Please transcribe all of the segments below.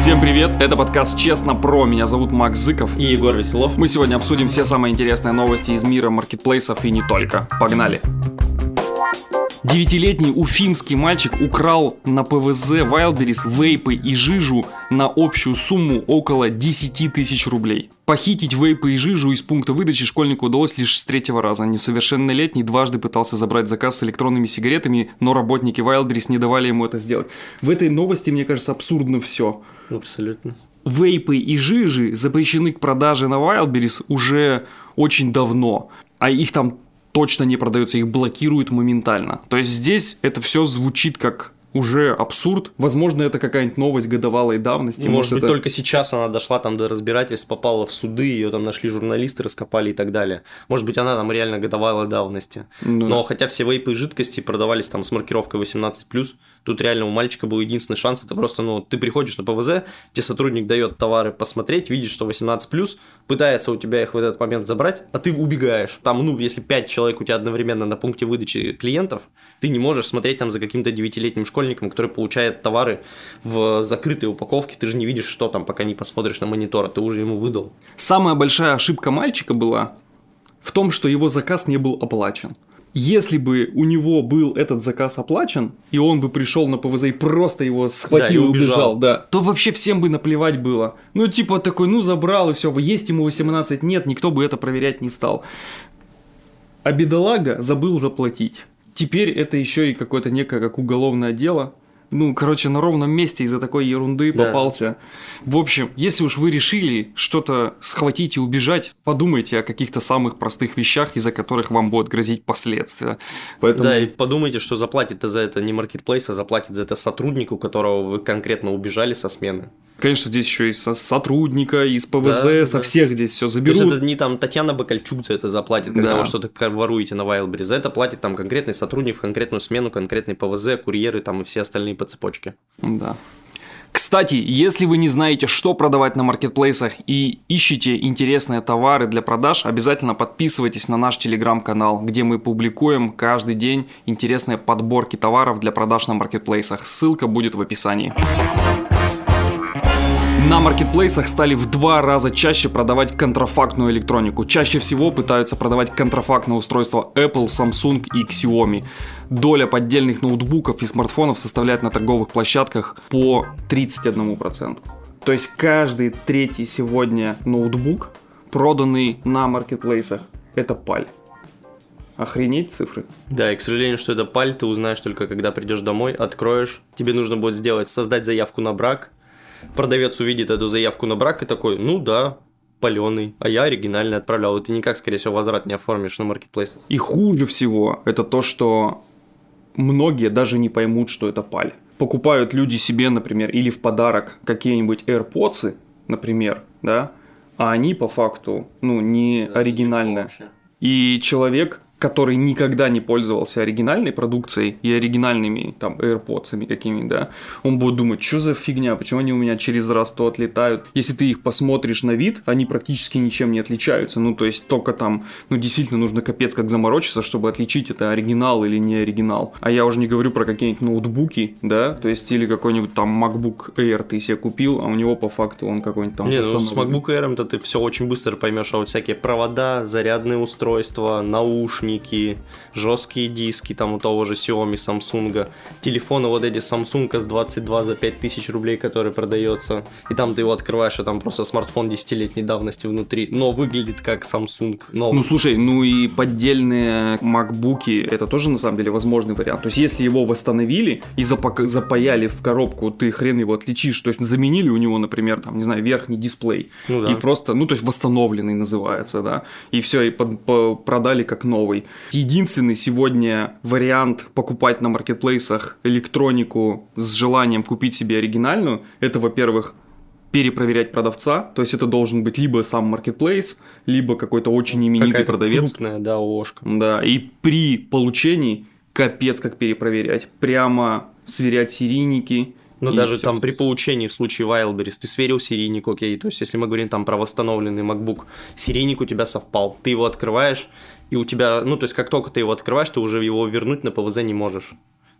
Всем привет, это подкаст «Честно про». Меня зовут Макс Зыков и Егор Веселов. Мы сегодня обсудим все самые интересные новости из мира маркетплейсов и не только. Погнали! 9-летний уфимский мальчик украл на ПВЗ Wildberries вейпы и жижу на общую сумму около 10 тысяч рублей. Похитить вейпы и жижу из пункта выдачи школьнику удалось лишь с третьего раза. Несовершеннолетний дважды пытался забрать заказ с электронными сигаретами, но работники Wildberries не давали ему это сделать. В этой новости, мне кажется, абсурдно все. Абсолютно. Вейпы и жижи запрещены к продаже на Wildberries уже очень давно, а их там точно не продается, их блокируют моментально. То есть здесь это все звучит как уже абсурд. Возможно, это какая-нибудь новость годовалой давности. Может быть, это... только сейчас она дошла там до разбирательств, попала в суды, ее там нашли журналисты, раскопали и так далее. Может быть, она там реально годовалой давности. Да. Но хотя все вейпы и жидкости продавались там с маркировкой 18+, тут реально у мальчика был единственный шанс. Это просто, ты приходишь на ПВЗ, тебе сотрудник дает товары посмотреть, видишь, что 18+, пытается у тебя их в этот момент забрать, а ты убегаешь. Там, если 5 человек у тебя одновременно на пункте выдачи клиентов, ты не можешь смотреть там за каким-то 9-летним школьником, который получает товары в закрытой упаковке, ты же не видишь, что там, пока не посмотришь на монитор, а ты уже ему выдал. Самая большая ошибка мальчика была в том, что его заказ не был оплачен. Если бы у него был этот заказ оплачен, и он бы пришел на ПВЗ и просто его схватил и убежал, то вообще всем бы наплевать было. Такой, забрал и все, есть ему 18, нет, никто бы это проверять не стал. А бедолага забыл заплатить. Теперь это еще и какое-то некое как уголовное дело. На ровном месте из-за такой ерунды попался. В общем, если уж вы решили что-то схватить и убежать, подумайте о каких-то самых простых вещах, из-за которых вам будут грозить последствия. Поэтому... Да, и подумайте, что заплатит за это не маркетплейс, а заплатит за это сотрудник, у которого вы конкретно убежали со смены. Конечно, здесь еще и со сотрудника, и с ПВЗ, со всех здесь все заберут. То есть это не там Татьяна Бакальчук за это заплатит, когда вы что-то воруете на Wildberries. За это платит там конкретный сотрудник в конкретную смену, конкретный ПВЗ, курьеры там и все остальные по цепочке. Да. Кстати, если вы не знаете, что продавать на маркетплейсах и ищете интересные товары для продаж, обязательно подписывайтесь на наш телеграм-канал, где мы публикуем каждый день интересные подборки товаров для продаж на маркетплейсах. Ссылка будет в описании. На маркетплейсах стали в 2 раза чаще продавать контрафактную электронику. Чаще всего пытаются продавать контрафактные устройства Apple, Samsung и Xiaomi. Доля поддельных ноутбуков и смартфонов составляет на торговых площадках по 31%. То есть каждый третий сегодня ноутбук, проданный на маркетплейсах, это паль. Охренеть цифры. Да, и, к сожалению, что это паль, ты узнаешь только когда придешь домой, откроешь. Тебе нужно будет создать заявку на брак. Продавец увидит эту заявку на брак и такой, паленый, а я оригинальный отправлял. И ты никак, скорее всего, возврат не оформишь на маркетплейс. И хуже всего это то, что многие даже не поймут, что это паль. Покупают люди себе, например, или в подарок какие-нибудь AirPods, например, а они по факту, не оригинальные. И человек, который никогда не пользовался оригинальной продукцией и оригинальными AirPods'ами какими-то, он будет думать, что за фигня, почему они у меня через раз то отлетают. Если ты их посмотришь на вид, они практически ничем не отличаются. То есть только действительно нужно капец как заморочиться, чтобы отличить, это оригинал или не оригинал. А я уже не говорю про какие-нибудь ноутбуки, то есть или какой-нибудь MacBook Air ты себе купил, а у него по факту он какой-нибудь с MacBook Air ты все очень быстро поймешь, а вот всякие провода, зарядные устройства, наушники, жесткие диски, там у того же Xiaomi, Samsung, телефоны эти Samsung S22 за 5000 рублей, который продается, и там ты его открываешь, а там просто смартфон 10-летней давности внутри, но выглядит как Samsung. Слушай, и поддельные MacBook'и, это тоже на самом деле возможный вариант. То есть если его восстановили и запаяли в коробку, ты хрен его отличишь, то есть заменили у него, например, верхний дисплей, и просто, то есть восстановленный называется, и все, и продали как новый. Единственный сегодня вариант покупать на маркетплейсах электронику с желанием купить себе оригинальную, это, во-первых, перепроверять продавца, то есть это должен быть либо сам маркетплейс, либо какой-то очень именитый продавец. Крупная, ООшка. Да, и при получении капец как перепроверять, прямо сверять серийники. Даже там при получении в случае Wildberries ты сверил серийник, окей, то есть если мы говорим про восстановленный MacBook, серийник у тебя совпал, ты его открываешь, и у тебя, то есть как только ты его открываешь, ты уже его вернуть на ПВЗ не можешь.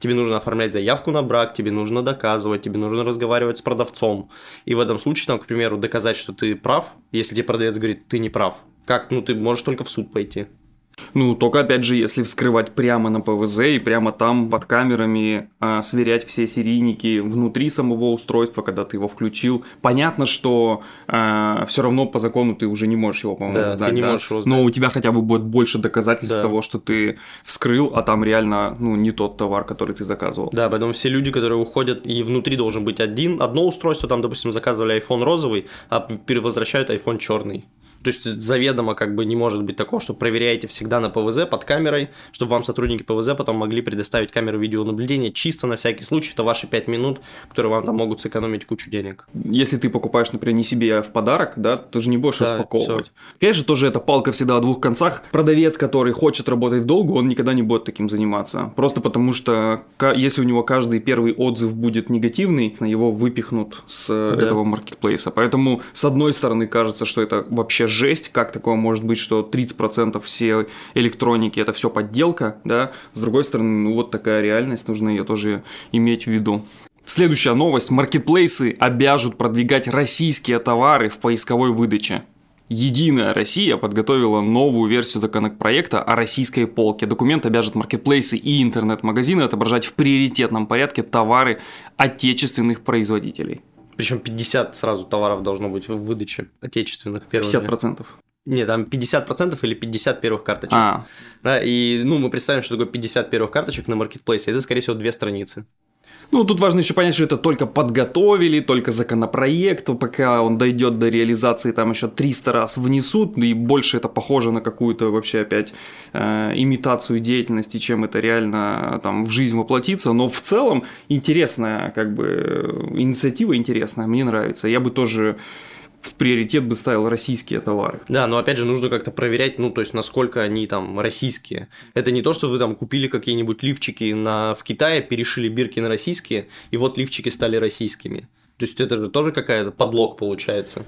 тебе нужно оформлять заявку на брак, тебе нужно доказывать, тебе нужно разговаривать с продавцом. И в этом случае, там, к примеру, доказать, что ты прав, если тебе продавец говорит, ты не прав, как, ты можешь только в суд пойти. Только опять же, если вскрывать прямо на ПВЗ и прямо там под камерами сверять все серийники внутри самого устройства, когда ты его включил. Понятно, что все равно по закону ты уже не можешь его, по-моему, сдать. Ты не можешь его сдать. Но у тебя хотя бы будет больше доказательств того, что ты вскрыл, а там реально не тот товар, который ты заказывал. Да, поэтому все люди, которые уходят, и внутри должен быть одно устройство, там, допустим, заказывали iPhone розовый, а возвращают iPhone черный. То есть заведомо не может быть такого, что проверяете всегда на ПВЗ под камерой, чтобы вам сотрудники ПВЗ потом могли предоставить камеру видеонаблюдения чисто на всякий случай. Это ваши 5 минут, которые вам там могут сэкономить кучу денег. Если ты покупаешь, например, не себе, а в подарок, да, ты же не будешь распаковывать. Всё. Конечно, тоже эта палка всегда о двух концах. Продавец, который хочет работать долго, он никогда не будет таким заниматься. Просто потому что если у него каждый первый отзыв будет негативный, его выпихнут с этого маркетплейса. Поэтому, с одной стороны, кажется, что это вообще жесть, как такое может быть, что 30% всей электроники это все подделка, да, с другой стороны, вот такая реальность, нужно ее тоже иметь в виду. Следующая новость. Маркетплейсы обяжут продвигать российские товары в поисковой выдаче. Единая Россия подготовила новую версию законопроекта о российской полке. Документ обяжет маркетплейсы и интернет-магазины отображать в приоритетном порядке товары отечественных производителей. Причем 50 сразу товаров должно быть в выдаче отечественных. 50%. Нет, там 50% или 50 первых карточек. Да, и мы представим, что такое 50 первых карточек на маркетплейсе. Это, скорее всего, 2 страницы. Тут важно еще понять, что это только подготовили, только законопроект, пока он дойдет до реализации, там еще 300 раз внесут, и больше это похоже на какую-то вообще опять имитацию деятельности, чем это реально там в жизнь воплотится. Но в целом интересная инициатива интересная, мне нравится. Я бы тоже в приоритет бы ставил российские товары. Да, но опять же нужно как-то проверять, то есть насколько они там российские. Это не то, что вы там купили какие-нибудь лифчики в Китае, перешили бирки на российские, и вот лифчики стали российскими. То есть это же тоже какая-то подлог получается.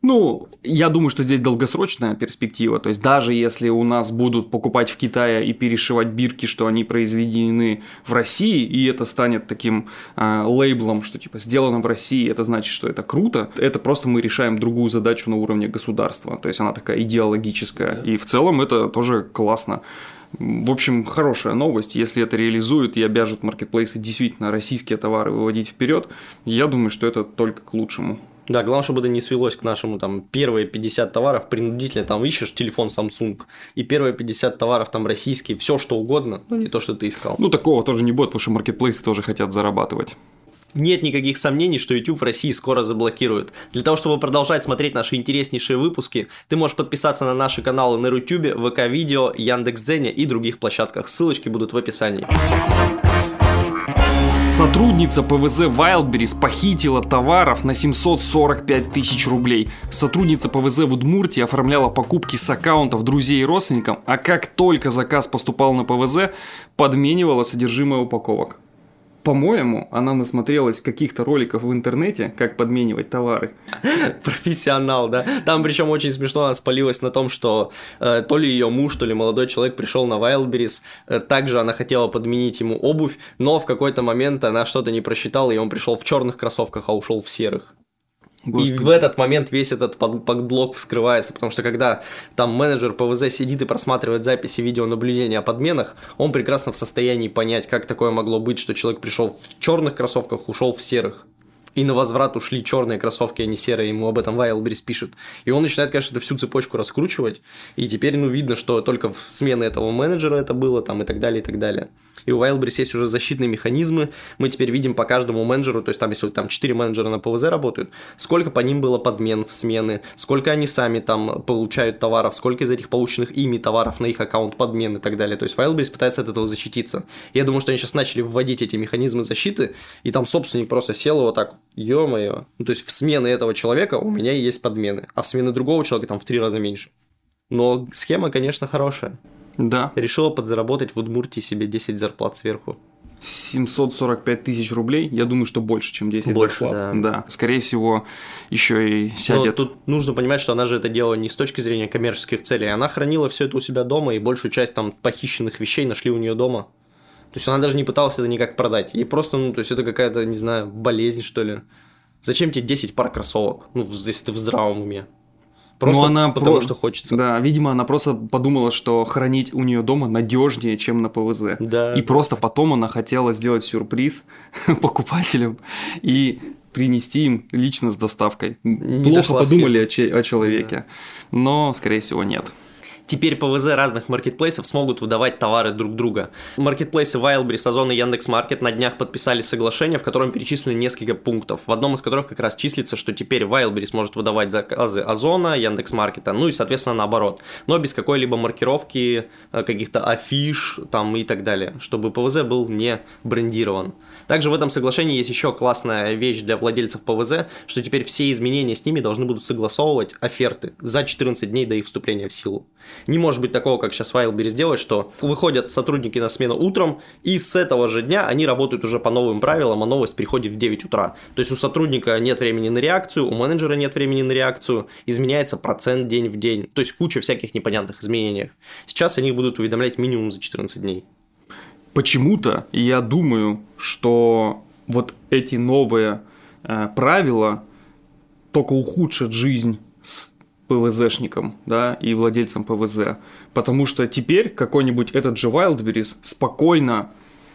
Я думаю, что здесь долгосрочная перспектива. То есть даже если у нас будут покупать в Китае и перешивать бирки, что они произведены в России, и это станет таким лейблом, что типа сделано в России, это значит, что это круто. Это просто мы решаем другую задачу на уровне государства. То есть она такая идеологическая. И в целом это тоже классно. В общем, хорошая новость. Если это реализуют и обяжут маркетплейсы действительно российские товары выводить вперед, я думаю, что это только к лучшему. Да, главное, чтобы это не свелось к нашему, первые 50 товаров принудительно, ищешь телефон Samsung, и первые 50 товаров российские, все что угодно, не то, что ты искал. Такого тоже не будет, потому что маркетплейсы тоже хотят зарабатывать. Нет никаких сомнений, что YouTube в России скоро заблокируют. Для того, чтобы продолжать смотреть наши интереснейшие выпуски, ты можешь подписаться на наши каналы на Рутюбе, ВК-видео, Яндекс.Дзене и других площадках. Ссылочки будут в описании. Сотрудница ПВЗ Wildberries похитила товаров на 745 тысяч рублей. Сотрудница ПВЗ в Удмуртии оформляла покупки с аккаунтов друзей и родственникам, а как только заказ поступал на ПВЗ, подменивала содержимое упаковок. По-моему, она насмотрелась каких-то роликов в интернете, как подменивать товары. Профессионал, да? Там причем очень смешно она спалилась на том, что то ли ее муж, то ли молодой человек пришел на Wildberries, также она хотела подменить ему обувь, но в какой-то момент она что-то не просчитала, и он пришел в черных кроссовках, а ушел в серых. Господи. И в этот момент весь этот подлог вскрывается, потому что когда там менеджер ПВЗ сидит и просматривает записи видеонаблюдения о подменах, он прекрасно в состоянии понять, как такое могло быть, что человек пришел в черных кроссовках, ушел в серых. И на возврат ушли черные кроссовки, а не серые, ему об этом Wildberries пишет. И он начинает, конечно, всю цепочку раскручивать, и теперь, видно, что только в смене этого менеджера это было, и так далее, и так далее. И у Wildberries есть уже защитные механизмы, мы теперь видим по каждому менеджеру, то есть если 4 менеджера на ПВЗ работают, сколько по ним было подмен в смены, сколько они сами получают товаров, сколько из этих полученных ими товаров на их аккаунт подмен и так далее. То есть Wildberries пытается от этого защититься. Я думаю, что они сейчас начали вводить эти механизмы защиты, и там собственник просто сел и вот так: ё-моё. То есть в смены этого человека у меня есть подмены, а в смены другого человека в 3 раза меньше. Но схема, конечно, хорошая. Да. Решила подзаработать в Удмуртии себе 10 зарплат сверху. 745 тысяч рублей, я думаю, что больше, чем 10 больше, зарплат. Да. Скорее всего, еще и сядет. Но тут нужно понимать, что она же это делала не с точки зрения коммерческих целей. Она хранила все это у себя дома, и большую часть похищенных вещей нашли у нее дома. То есть она даже не пыталась это никак продать. Ей просто, то есть это какая-то, не знаю, болезнь, что ли. Зачем тебе 10 пар кроссовок? Если ты в здравом уме. Просто потому что хочется. Да, видимо, она просто подумала, что хранить у нее дома надежнее, чем на ПВЗ. Да. И просто потом она хотела сделать сюрприз покупателям и принести им лично с доставкой. Плохо подумали о человеке, но, скорее всего, нет. Теперь ПВЗ разных маркетплейсов смогут выдавать товары друг друга. Маркетплейсы Wildberries, Озон и Яндекс.Маркет на днях подписали соглашение, в котором перечислены несколько пунктов, в одном из которых как раз числится, что теперь Wildberries может выдавать заказы Озона, Яндекс.Маркета, и, соответственно, наоборот, но без какой-либо маркировки, каких-то афиш там и так далее, чтобы ПВЗ был не брендирован. Также в этом соглашении есть еще классная вещь для владельцев ПВЗ, что теперь все изменения с ними должны будут согласовывать оферты за 14 дней до их вступления в силу. Не может быть такого, как сейчас Wildberries делает, что выходят сотрудники на смену утром, и с этого же дня они работают уже по новым правилам, а новость приходит в 9 утра. То есть у сотрудника нет времени на реакцию, у менеджера нет времени на реакцию, изменяется процент день в день. То есть куча всяких непонятных изменений. Сейчас они будут уведомлять минимум за 14 дней. Почему-то я думаю, что вот эти новые правила только ухудшат жизнь с ПВЗшникам, да, и владельцам ПВЗ. Потому что теперь какой-нибудь этот же Wildberries спокойно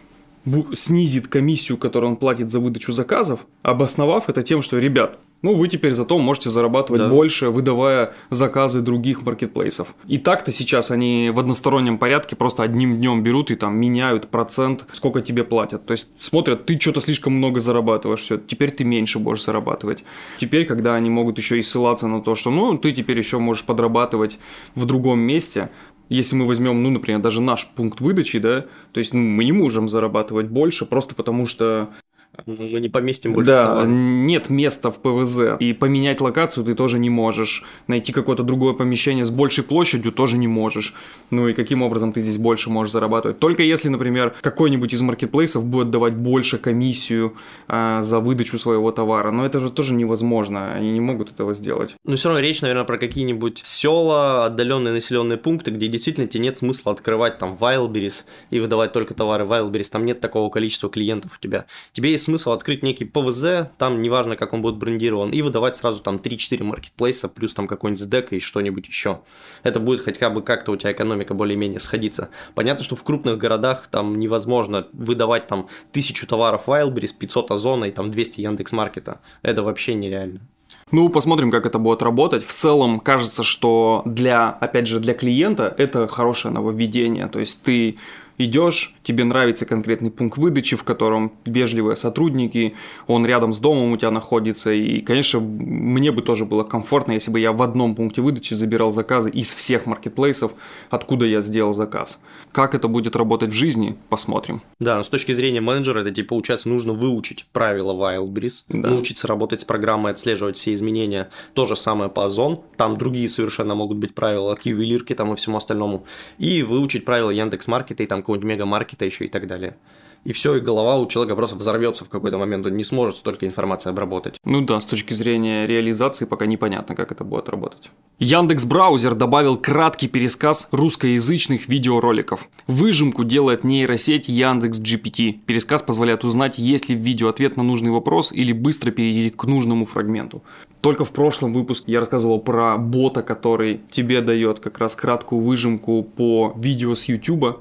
снизит комиссию, которую он платит за выдачу заказов, обосновав это тем, что, ребят, вы теперь зато можете зарабатывать больше, выдавая заказы других маркетплейсов. И так-то сейчас они в одностороннем порядке просто одним днем берут и там меняют процент, сколько тебе платят. То есть смотрят, ты что-то слишком много зарабатываешь, все, теперь ты меньше будешь зарабатывать. Теперь, когда они могут еще и ссылаться на то, что ты теперь еще можешь подрабатывать в другом месте. Если мы возьмем, например, даже наш пункт выдачи, да, то есть мы не можем зарабатывать больше, просто потому что мы не поместим больше. Да, нет места в ПВЗ. И поменять локацию ты тоже не можешь. Найти какое-то другое помещение с большей площадью тоже не можешь. И каким образом ты здесь больше можешь зарабатывать? Только если, например, какой-нибудь из маркетплейсов будет давать больше комиссию за выдачу своего товара. Но это же тоже невозможно. Они не могут этого сделать. Но все равно речь, наверное, про какие-нибудь села, отдаленные населенные пункты, где действительно тебе нет смысла открывать там Wildberries и выдавать только товары Wildberries. Там нет такого количества клиентов у тебя. Тебе есть смысл открыть некий ПВЗ, там неважно, как он будет брендирован, и выдавать сразу там 3-4 маркетплейса, плюс там какой-нибудь СДЭК и что-нибудь еще. Это будет хотя бы как-то у тебя экономика более-менее сходиться. Понятно, что в крупных городах там невозможно выдавать там 1000 товаров Wildberries, 500 Озона и там 200 Яндекс.Маркета. Это вообще нереально. Посмотрим, как это будет работать. В целом, кажется, что опять же, для клиента это хорошее нововведение. То есть ты идешь, тебе нравится конкретный пункт выдачи, в котором вежливые сотрудники, он рядом с домом у тебя находится, и, конечно, мне бы тоже было комфортно, если бы я в одном пункте выдачи забирал заказы из всех маркетплейсов, откуда я сделал заказ. Как это будет работать в жизни, посмотрим. Да, но с точки зрения менеджера, это получается, нужно выучить правила Wildberries, научиться работать с программой, отслеживать все изменения. То же самое по Озон, там другие совершенно могут быть правила к ювелирке там и всему остальному, и выучить правила Яндекс.Маркета и там какого-нибудь мегамаркета еще и так далее. И все, и голова у человека просто взорвется в какой-то момент, он не сможет столько информации обработать. С точки зрения реализации пока непонятно, как это будет работать. Яндекс.Браузер добавил краткий пересказ русскоязычных видеороликов. Выжимку делает нейросеть Яндекс.GPT. Пересказ позволяет узнать, есть ли в видео ответ на нужный вопрос или быстро перейти к нужному фрагменту. Только в прошлом выпуске я рассказывал про бота, который тебе дает как раз краткую выжимку по видео с YouTube.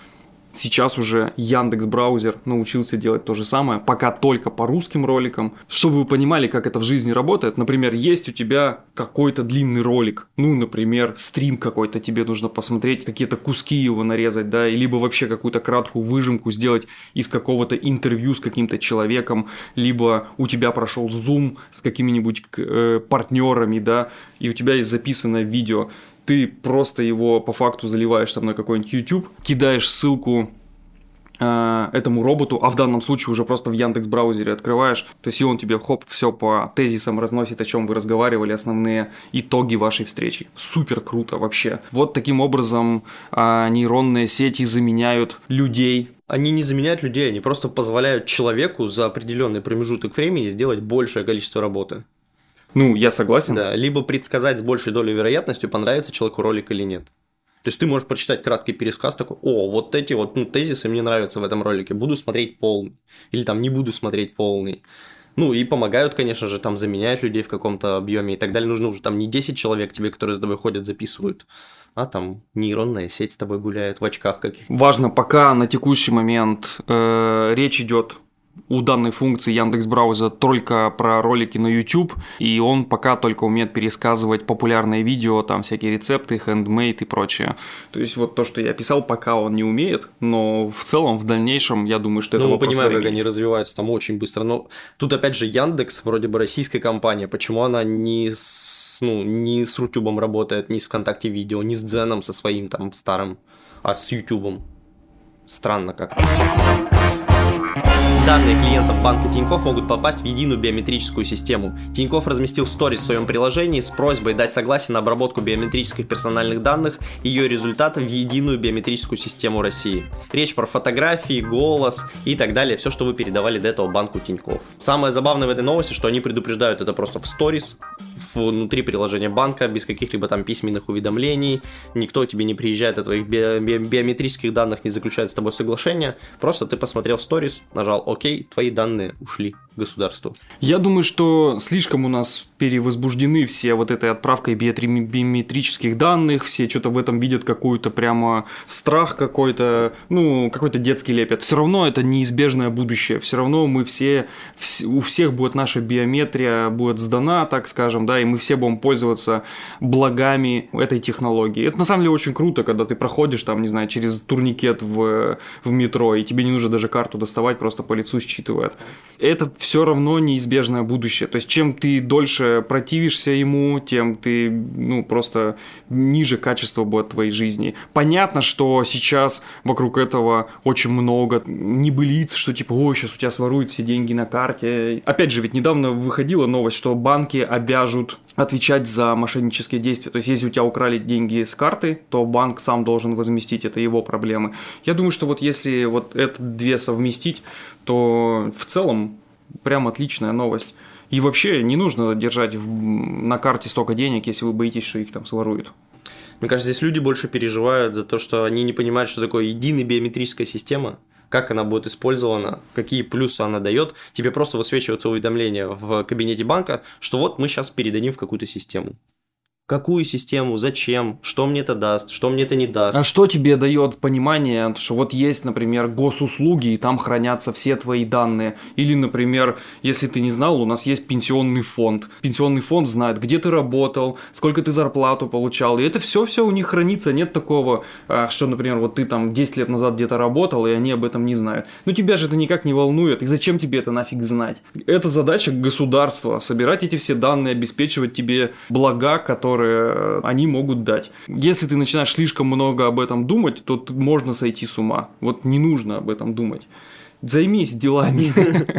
Сейчас уже Яндекс.Браузер научился делать то же самое, пока только по русским роликам. Чтобы вы понимали, как это в жизни работает, например, есть у тебя какой-то длинный ролик, например, стрим какой-то, тебе нужно посмотреть, какие-то куски его нарезать, да, либо вообще какую-то краткую выжимку сделать из какого-то интервью с каким-то человеком, либо у тебя прошел Zoom с какими-нибудь партнерами, да, и у тебя есть записанное видео. Ты просто его по факту заливаешь там на какой-нибудь YouTube, кидаешь ссылку этому роботу, а в данном случае уже просто в Яндекс.Браузере открываешь, то есть и он тебе все по тезисам разносит, о чем вы разговаривали, основные итоги вашей встречи. Супер круто вообще. Вот таким образом нейронные сети заменяют людей. Они не заменяют людей, они просто позволяют человеку за определенный промежуток времени сделать большее количество работы. Я согласен. Да, либо предсказать с большей долей вероятностью, понравится человеку ролик или нет. То есть ты можешь прочитать краткий пересказ, такой, вот эти вот тезисы мне нравятся в этом ролике, буду смотреть полный, или там не буду смотреть полный. Ну, и помогают, конечно же, там заменяют людей в каком-то объеме и так далее. Нужно уже там не 10 человек тебе, которые с тобой ходят, записывают, а там нейронная сеть с тобой гуляет в очках каких-то. Важно, пока на текущий момент речь идет у данной функции Яндекс.Браузера только про ролики на YouTube, и он пока только умеет пересказывать популярные видео, там всякие рецепты, хендмейд и прочее. То есть вот то, что я писал, пока он не умеет, но в целом в дальнейшем я думаю, что это вопрос времени. Мы понимаем, как они развиваются там очень быстро, но тут опять же Яндекс, вроде бы российская компания, почему она не с Рутюбом работает, не с ВКонтакте видео, не с Дзеном со своим там старым, а с Ютубом? Странно как-то. Данные клиентов банка Тинькофф могут попасть в единую биометрическую систему. Тинькофф разместил сторис в своем приложении с просьбой дать согласие на обработку биометрических персональных данных и ее результатов в единую биометрическую систему России. Речь про фотографии, голос и так далее, все, что вы передавали до этого банку Тинькофф. Самое забавное в этой новости, что они предупреждают это просто в сторис, внутри приложения банка, без каких-либо там письменных уведомлений, никто тебе не приезжает от твоих биометрических данных, не заключает с тобой соглашение, просто ты посмотрел сторис, нажал окей, твои данные ушли государству. Я думаю, что слишком у нас перевозбуждены все вот этой отправкой биометрических данных, все что-то в этом видят какую-то прямо страх какой-то, какой-то детский лепет. Все равно это неизбежное будущее, все равно мы у всех будет наша биометрия, будет сдана, так скажем, да, и мы все будем пользоваться благами этой технологии. Это на самом деле очень круто, когда ты проходишь там, не знаю, через турникет в метро, и тебе не нужно даже карту доставать, просто по лицу считывает. Это все равно неизбежное будущее. То есть, чем ты дольше противишься ему, тем ты, просто ниже качество будет твоей жизни. Понятно, что сейчас вокруг этого очень много небылиц, что типа, сейчас у тебя своруют все деньги на карте. Опять же, ведь недавно выходила новость, что банки обяжут отвечать за мошеннические действия. То есть, если у тебя украли деньги с карты, то банк сам должен возместить, это его проблемы. Я думаю, что вот если вот это две совместить, то в целом прям отличная новость. И вообще не нужно держать на карте столько денег, если вы боитесь, что их там своруют. Мне кажется, здесь люди больше переживают за то, что они не понимают, что такое единая биометрическая система, как она будет использована, какие плюсы она дает. Тебе просто высвечиваются уведомления в кабинете банка, что вот мы сейчас передадим в какую-то систему. Какую систему, зачем, что мне это даст, что мне это не даст. А что тебе дает понимание, что вот есть, например, госуслуги, и там хранятся все твои данные? Или, например, если ты не знал, у нас есть пенсионный фонд. Пенсионный фонд знает, где ты работал, сколько ты зарплату получал. И это все у них хранится. Нет такого, что, например, вот ты там 10 лет назад где-то работал, и они об этом не знают. Тебя же это никак не волнует. И зачем тебе это нафиг знать? Это задача государства. Собирать эти все данные, обеспечивать тебе блага, которые они могут дать. Если ты начинаешь слишком много об этом думать, то можно сойти с ума. Вот не нужно об этом думать. Займись делами.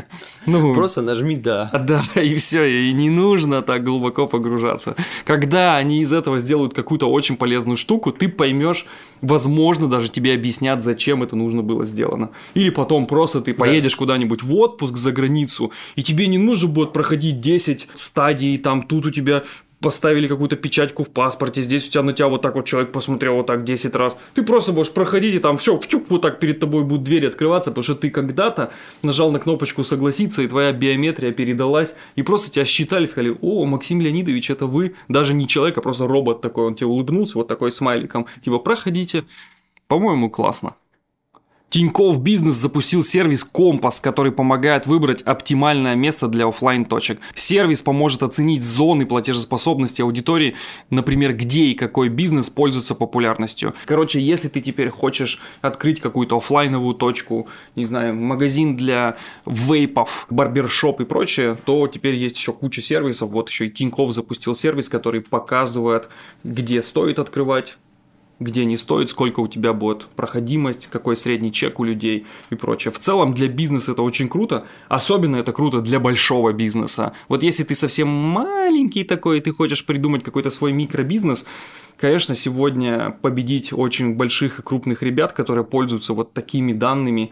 Просто нажми «да». Да, и все, и не нужно так глубоко погружаться. Когда они из этого сделают какую-то очень полезную штуку, ты поймешь, возможно, даже тебе объяснят, зачем это нужно было сделано. Или потом просто ты поедешь куда-нибудь в отпуск за границу, и тебе не нужно будет проходить 10 стадий, там тут у тебя поставили какую-то печатьку в паспорте, здесь у тебя на тебя вот так вот человек посмотрел вот так 10 раз. Ты просто будешь проходить, и там все, вот так перед тобой будут двери открываться, потому что ты когда-то нажал на кнопочку «Согласиться», и твоя биометрия передалась, и просто тебя считали, сказали: «О, Максим Леонидович, это вы». Даже не человек, а просто робот такой, он тебе улыбнулся вот такой смайликом, типа «Проходите». По-моему, классно. Тинькофф Бизнес запустил сервис «Компас», который помогает выбрать оптимальное место для офлайн-точек. Сервис поможет оценить зоны платежеспособности аудитории, например, где и какой бизнес пользуется популярностью. Короче, если ты теперь хочешь открыть какую-то офлайновую точку, не знаю, магазин для вейпов, барбершоп и прочее, то теперь есть еще куча сервисов. Вот еще и Тинькофф запустил сервис, который показывает, где стоит открывать, где не стоит, сколько у тебя будет проходимость, какой средний чек у людей и прочее. В целом для бизнеса это очень круто, особенно это круто для большого бизнеса. Вот если ты совсем маленький такой, и ты хочешь придумать какой-то свой микробизнес, конечно, сегодня победить очень больших и крупных ребят, которые пользуются вот такими данными,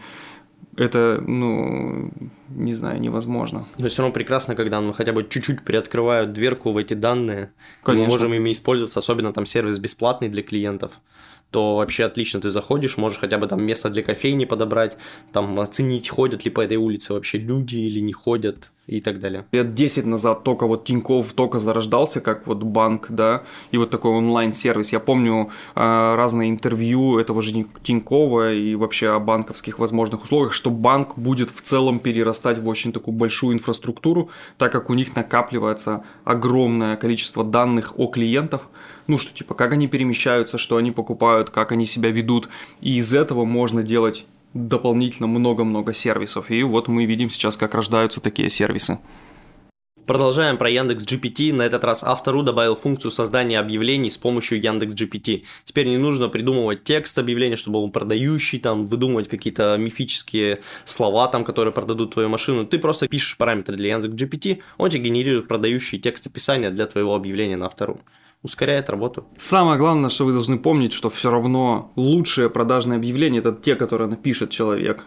это, не знаю, невозможно. Но все равно прекрасно, когда мы хотя бы чуть-чуть приоткрывают дверку в эти данные. Конечно. Мы можем ими использоваться, особенно там сервис бесплатный для клиентов. то вообще отлично. Ты заходишь, можешь хотя бы там место для кофейни подобрать, там оценить, ходят ли по этой улице вообще люди или не ходят и так далее. Лет 10 назад только вот Тинькофф только зарождался как вот банк, да, и вот такой онлайн-сервис. Я помню разные интервью этого же Тинькова и вообще о банковских возможных условиях, что банк будет в целом перерастать в очень такую большую инфраструктуру, так как у них накапливается огромное количество данных о клиентах, ну что типа как они перемещаются, что они покупают, как они себя ведут, и из этого можно делать дополнительно много-много сервисов. И вот мы видим сейчас, как рождаются такие сервисы. Продолжаем про Яндекс.GPT. На этот раз Авто.ру добавил функцию создания объявлений с помощью Яндекс.GPT. Теперь не нужно придумывать текст объявления, чтобы он продающий, там, выдумывать какие-то мифические слова, там, которые продадут твою машину. Ты просто пишешь параметры для Яндекс.GPT, он тебе генерирует продающий текст описания для твоего объявления на Авто.ру. Ускоряет работу. Самое главное, что вы должны помнить, что все равно лучшие продажные объявления – это те, которые напишет человек.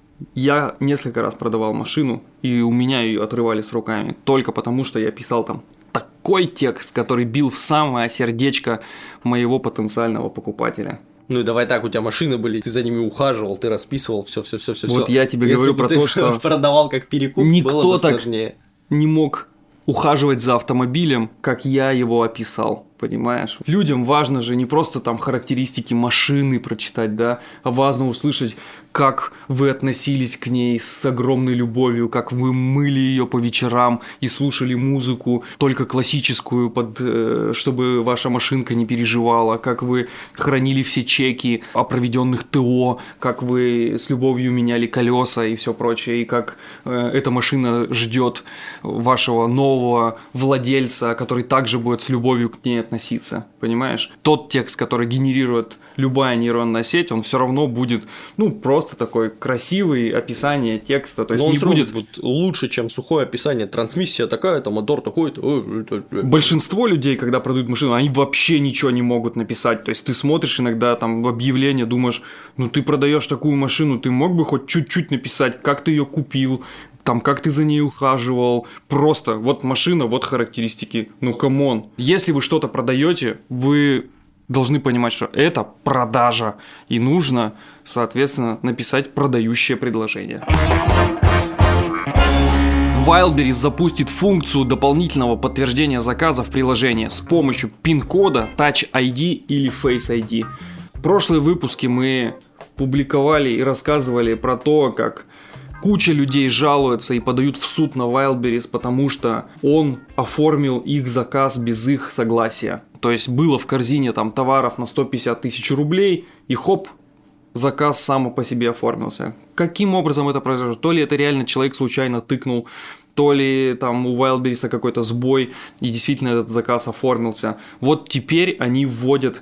Я несколько раз продавал машину, и у меня ее отрывали с руками, только потому, что я писал там такой текст, который бил в самое сердечко моего потенциального покупателя. Ну и давай так, у тебя машины были, ты за ними ухаживал, ты расписывал, все. Вот я тебе говорю про то, что продавал как перекуп, никто было бы так сложнее. Не мог ухаживать за автомобилем, как я его описал, понимаешь? Людям важно же не просто там характеристики машины прочитать, да, а важно услышать, как вы относились к ней с огромной любовью, как вы мыли ее по вечерам и слушали музыку, только классическую, чтобы ваша машинка не переживала, как вы хранили все чеки о проведенных ТО, как вы с любовью меняли колеса и все прочее, и как эта машина ждет вашего нового владельца, который также будет с любовью к ней относиться, понимаешь? Тот текст, который генерирует любая нейронная сеть, он все равно будет, ну, просто такой красивый описание текста, то есть но не он будет лучше, чем сухое описание. Трансмиссия такая-то, мотор такой-то. Большинство людей, когда продают машину, они вообще ничего не могут написать, то есть ты смотришь иногда там в объявление, думаешь, ну ты продаешь такую машину, ты мог бы хоть чуть-чуть написать, как ты ее купил, там, как ты за ней ухаживал, просто вот машина, вот характеристики, ну камон. Если вы что-то продаете, вы должны понимать, что это продажа, и нужно, соответственно, написать продающее предложение. Wildberries запустит функцию дополнительного подтверждения заказа в приложении с помощью пин-кода, Touch ID или Face ID. В прошлые выпуски мы публиковали и рассказывали про то, как куча людей жалуются и подают в суд на Wildberries, потому что он оформил их заказ без их согласия. То есть было в корзине там товаров на 150 тысяч рублей, и хоп, заказ сам по себе оформился. Каким образом это произошло? То ли это реально человек случайно тыкнул, то ли там у Wildberries какой-то сбой, и действительно этот заказ оформился. Вот теперь они вводят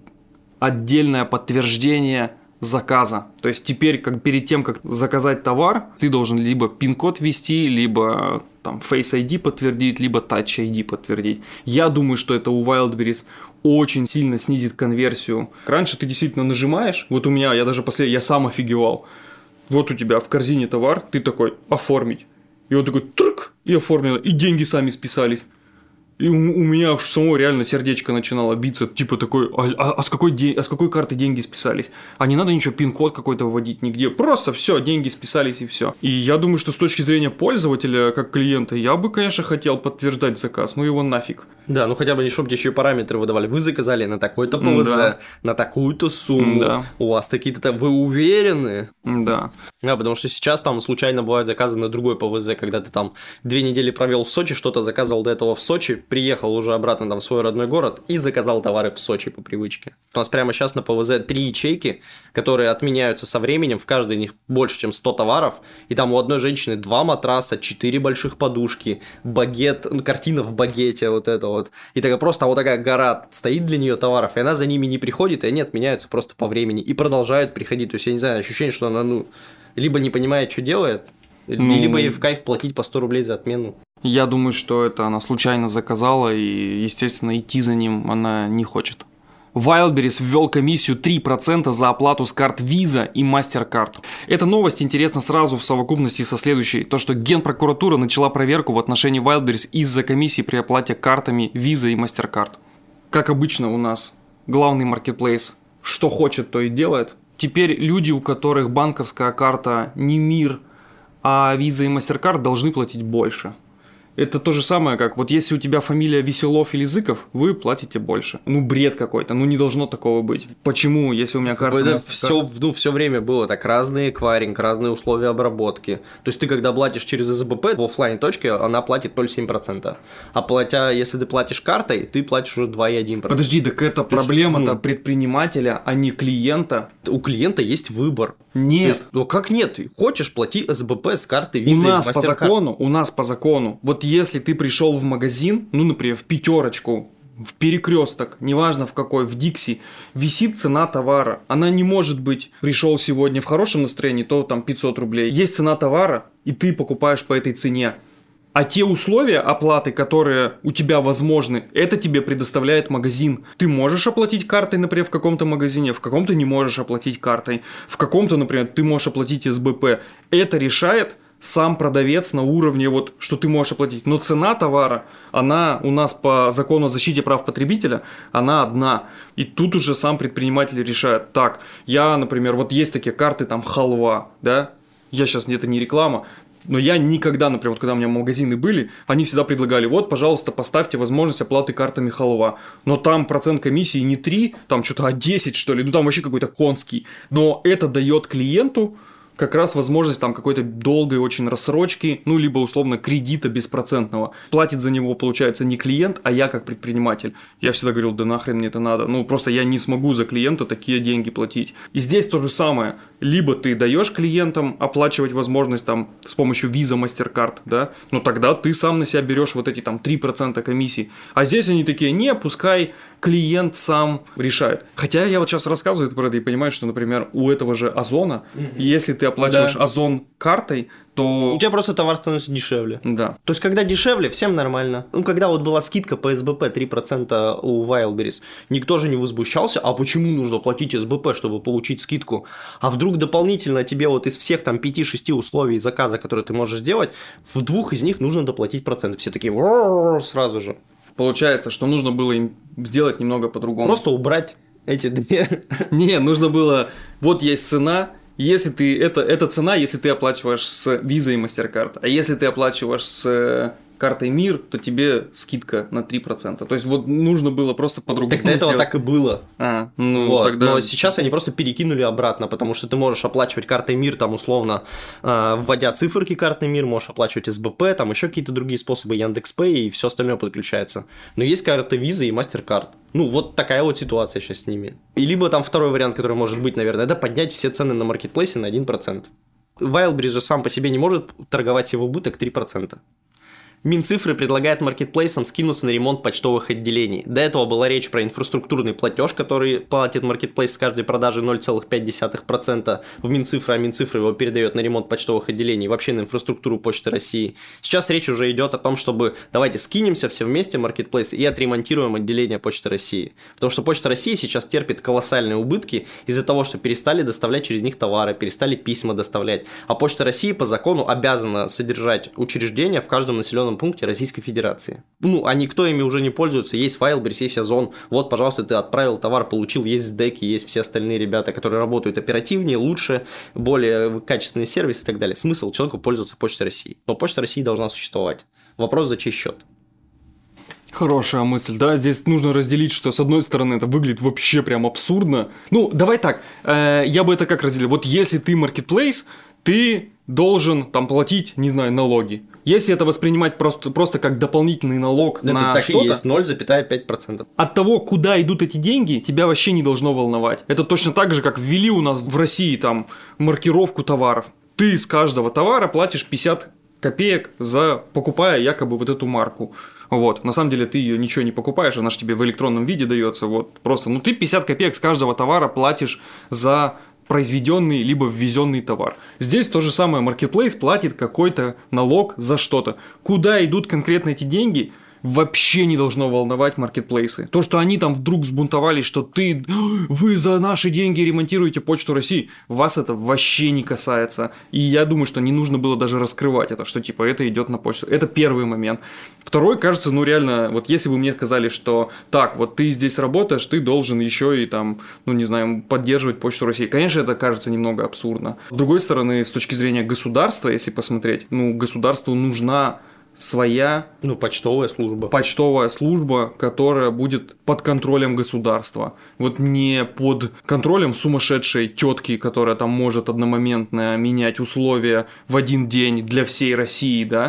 отдельное подтверждение заказа. То есть теперь, как перед тем, как заказать товар, ты должен либо пин-код ввести, либо там Face ID подтвердить, либо Touch ID подтвердить. Я думаю, что это у Wildberries очень сильно снизит конверсию. Раньше ты действительно нажимаешь, вот у меня, я сам офигевал. Вот у тебя в корзине товар, ты такой оформить. И он такой трк, и оформил, и деньги сами списались. И у меня уж самого реально сердечко начинало биться, типа такой, с какой карты деньги списались? А не надо ничего, пин-код какой-то вводить нигде, просто все, деньги списались и все. И я думаю, что с точки зрения пользователя, как клиента, я бы, конечно, хотел подтверждать заказ, ну его нафиг. Да, ну хотя бы не чтобы тебе еще и параметры выдавали, вы заказали на такой-то ПВЗ, да, на такую-то сумму, да. У вас такие-то, вы уверены? Да. Да, потому что сейчас там случайно бывают заказы на другой ПВЗ, когда ты там 2 недели провел в Сочи, что-то заказывал до этого в Сочи, приехал уже обратно там в свой родной город и заказал товары в Сочи по привычке. У нас прямо сейчас на ПВЗ 3 ячейки, которые отменяются со временем, в каждой из них больше, чем 100 товаров, и там у одной женщины 2 матраса, 4 больших подушки, багет, картина в багете, вот это вот. И такая просто вот такая гора стоит для нее товаров, и она за ними не приходит, и они отменяются просто по времени и продолжают приходить. То есть, я не знаю, ощущение, что она, либо не понимает, что делает, либо ей в кайф платить по 100 рублей за отмену. Я думаю, что это она случайно заказала, и, естественно, идти за ним она не хочет. Wildberries ввел комиссию 3% за оплату с карт Visa и MasterCard. Эта новость интересна сразу в совокупности со следующей. То, что Генпрокуратура начала проверку в отношении Wildberries из-за комиссии при оплате картами Visa и MasterCard. Как обычно у нас главный маркетплейс что хочет, то и делает. Теперь люди, у которых банковская карта не МИР, а Visa и MasterCard, должны платить больше. Это то же самое, как вот если у тебя фамилия Веселов или Зыков, вы платите больше. Ну, бред какой-то, ну не должно такого быть. Почему, если у меня карта MasterCard? Все время было так, разный эквайринг, разные условия обработки. То есть ты когда платишь через СБП в офлайн точке, она платит 0,7%. А если ты платишь картой, ты платишь уже 2,1%. Подожди, так это проблема-то предпринимателя, а не клиента. У клиента есть выбор. Нет. Есть, ну как нет? Хочешь, плати СБП с карты Visa и MasterCard. У нас по закону, вот если ты пришел в магазин, ну, например, в Пятерочку, в Перекресток, неважно в какой, в Дикси, висит цена товара. Она не может быть, пришел сегодня в хорошем настроении, то там 500 рублей. Есть цена товара, и ты покупаешь по этой цене. А те условия оплаты, которые у тебя возможны, это тебе предоставляет магазин. Ты можешь оплатить картой, например, в каком-то магазине, в каком-то не можешь оплатить картой, в каком-то, например, ты можешь оплатить СБП. Это решает сам продавец на уровне, вот, что ты можешь оплатить. Но цена товара, она у нас по закону о защите прав потребителя, она одна. И тут уже сам предприниматель решает. Так, я, например, вот есть такие карты, там, халва, да, я сейчас, это не реклама, но я никогда, например, вот когда у меня магазины были, они всегда предлагали, вот, пожалуйста, поставьте возможность оплаты картами халва. Но там процент комиссии не 3, там что-то 10, что ли, ну там вообще какой-то конский. Но это дает клиенту как раз возможность там какой-то долгой очень рассрочки, ну, либо условно кредита беспроцентного. Платит за него, получается, не клиент, а я как предприниматель. Я всегда говорил, да нахрен мне это надо. Ну, просто я не смогу за клиента такие деньги платить. И здесь то же самое. Либо ты даешь клиентам оплачивать возможность там с помощью Visa, MasterCard, да, но тогда ты сам на себя берешь вот эти там 3% комиссии. А здесь они такие, не, пускай клиент сам решает. Хотя я вот сейчас рассказываю про это и понимаю, что, например, у этого же Озона, если ты оплачиваешь Озон картой, то... У тебя просто товар становится дешевле. Да. То есть, когда дешевле, всем нормально. Ну, когда вот была скидка по СБП 3% у Wildberries, никто же не возмущался, а почему нужно платить СБП, чтобы получить скидку? А вдруг дополнительно тебе вот из всех там 5-6 условий заказа, которые ты можешь сделать, в 2 из них нужно доплатить процент. Все такие сразу же. Получается, что нужно было им сделать немного по-другому. Просто убрать эти две. Не, нужно было... Вот есть цена... Если ты, это цена, если ты оплачиваешь с Visa и MasterCard, а если ты оплачиваешь с картой МИР, то тебе скидка на 3%. То есть вот нужно было просто по-другому Так до этого сделать. так и было. Вот, тогда... Но сейчас они просто перекинули обратно, потому что ты можешь оплачивать картой МИР, там условно, вводя циферки карты МИР, можешь оплачивать СБП, там еще какие-то другие способы, Яндекс.Пэй и все остальное подключается. Но есть карты Visa и MasterCard. Ну, вот такая вот ситуация сейчас с ними. И либо там второй вариант, который может быть, наверное, это поднять все цены на маркетплейсе на 1%. Wildberries же сам по себе не может торговать себе в убыток 3%. Минцифры предлагает маркетплейсам скинуться на ремонт почтовых отделений. До этого была речь про инфраструктурный платеж, который платит маркетплейс с каждой продажи 0,5% в Минцифры, а Минцифры его передает на ремонт почтовых отделений, вообще на инфраструктуру Почты России. Сейчас речь уже идет о том, чтобы давайте скинемся все вместе маркетплейс и отремонтируем отделение Почты России. Потому что Почта России сейчас терпит колоссальные убытки из-за того, что перестали доставлять через них товары, перестали письма доставлять. А Почта России по закону обязана содержать учреждения в каждом населенном пункте Российской Федерации. Ну, а никто ими уже не пользуется. Есть Wildberries, есть Озон. Вот, пожалуйста, ты отправил товар, получил. Есть сдэки, есть все остальные ребята, которые работают оперативнее, лучше, более качественный сервис и так далее. Смысл человеку пользоваться Почтой России. Но Почта России должна существовать. Вопрос, за чей счет? Хорошая мысль, да, здесь нужно разделить, что с одной стороны это выглядит вообще прям абсурдно. Ну, давай так, я бы это как разделил. Вот если ты маркетплейс, ты должен там платить, не знаю, налоги. Если это воспринимать просто как дополнительный налог это на так что-то, и есть, 0,5%. от того, куда идут эти деньги, тебя вообще не должно волновать. Это точно так же, как ввели у нас в России там маркировку товаров. Ты с каждого товара платишь 50 копеек, покупая якобы вот эту марку. Вот. На самом деле ты ее ничего не покупаешь, она же тебе в электронном виде дается. Вот. Просто, ты 50 копеек с каждого товара платишь за произведенный либо ввезенный товар. Здесь то же самое, маркетплейс платит какой-то налог за что-то. Куда идут конкретно эти деньги, вообще не должно волновать маркетплейсы. То, что они там вдруг взбунтовались, что вы за наши деньги ремонтируете Почту России, вас это вообще не касается. И я думаю, что не нужно было даже раскрывать это, что типа это идет на почту. Это первый момент. Второй, кажется, ну реально, вот если бы мне сказали, что так, вот ты здесь работаешь, ты должен еще и там, ну не знаю, поддерживать Почту России. Конечно, это кажется немного абсурдно. С другой стороны, с точки зрения государства, если посмотреть, ну государству нужна своя... Ну, почтовая служба. Почтовая служба, которая будет под контролем государства. Вот не под контролем сумасшедшей тетки, которая там может одномоментно менять условия в один день для всей России, да,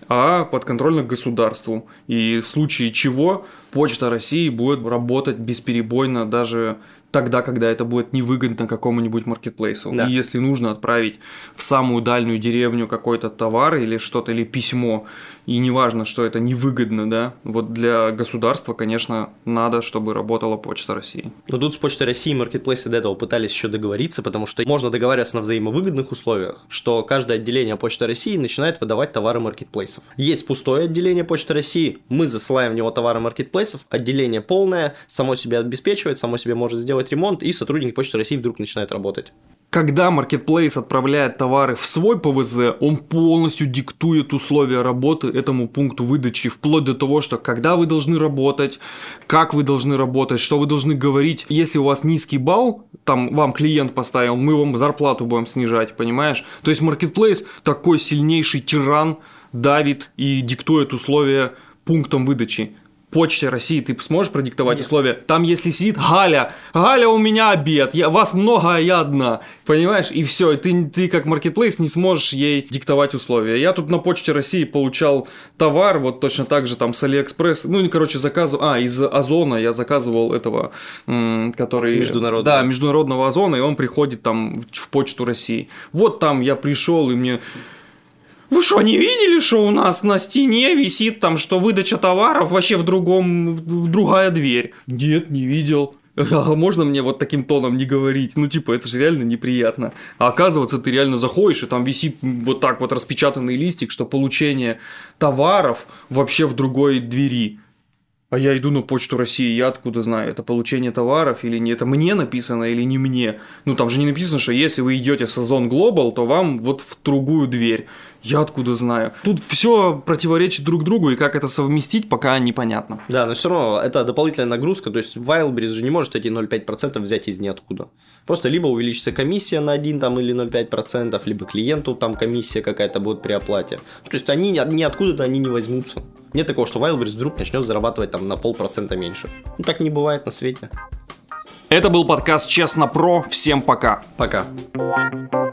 а подконтрольно государству. И в случае чего Почта России будет работать бесперебойно даже тогда, когда это будет невыгодно какому-нибудь маркетплейсу. Да. И если нужно отправить в самую дальнюю деревню какой-то товар или что-то, или письмо, и неважно, что это невыгодно, да, вот для государства, конечно, надо, чтобы работала Почта России. Но тут с Почтой России маркетплейсы до этого пытались еще договориться, потому что можно договариваться на взаимовыгодных условиях, что каждое отделение Почты России начинает выдавать товары маркетплейсов. Есть пустое отделение Почты России, мы засылаем в него товары маркетплейсов, отделение полное, само себя обеспечивает, само себе может сделать ремонт, и сотрудники Почты России вдруг начинают работать. Когда маркетплейс отправляет товары в свой ПВЗ, он полностью диктует условия работы этому пункту выдачи, вплоть до того, что когда вы должны работать, как вы должны работать, что вы должны говорить. Если у вас низкий балл, там вам клиент поставил, мы вам зарплату будем снижать, понимаешь? То есть маркетплейс такой сильнейший тиран, давит и диктует условия пунктам выдачи. Почте России ты сможешь продиктовать условия? Там если сидит Галя, у меня обед, вас много, а я одна, понимаешь? И все, и ты как маркетплейс не сможешь ей диктовать условия. Я тут на Почте России получал товар, вот точно так же там с Алиэкспресс, ну, короче, заказывал, из Озона я заказывал этого, который... Международного. Да, международного Озона, и он приходит там в Почту России. Вот там я пришел, и мне... Вы что, не видели, что у нас на стене висит там, что выдача товаров вообще в другая дверь? Нет, не видел. А можно мне вот таким тоном не говорить? Ну, типа, это же реально неприятно. А оказывается, ты реально заходишь, и там висит вот так вот распечатанный листик, что получение товаров вообще в другой двери. А я иду на Почту России, я откуда знаю, это получение товаров или не, это мне написано или не мне. Ну, там же не написано, что если вы идете с Озон Global, то вам вот в другую дверь. Я откуда знаю? Тут все противоречит друг другу, и как это совместить, пока непонятно. Да, но все равно это дополнительная нагрузка, то есть Wildberries же не может эти 0,5% взять из ниоткуда. Просто либо увеличится комиссия на 1 там, или 0,5%, либо клиенту там комиссия какая-то будет при оплате. То есть они ниоткуда-то они не возьмутся. Нет такого, что Wildberries вдруг начнет зарабатывать там на 0,5% меньше. Ну так не бывает на свете. Это был подкаст Честно Про. Всем пока. Пока.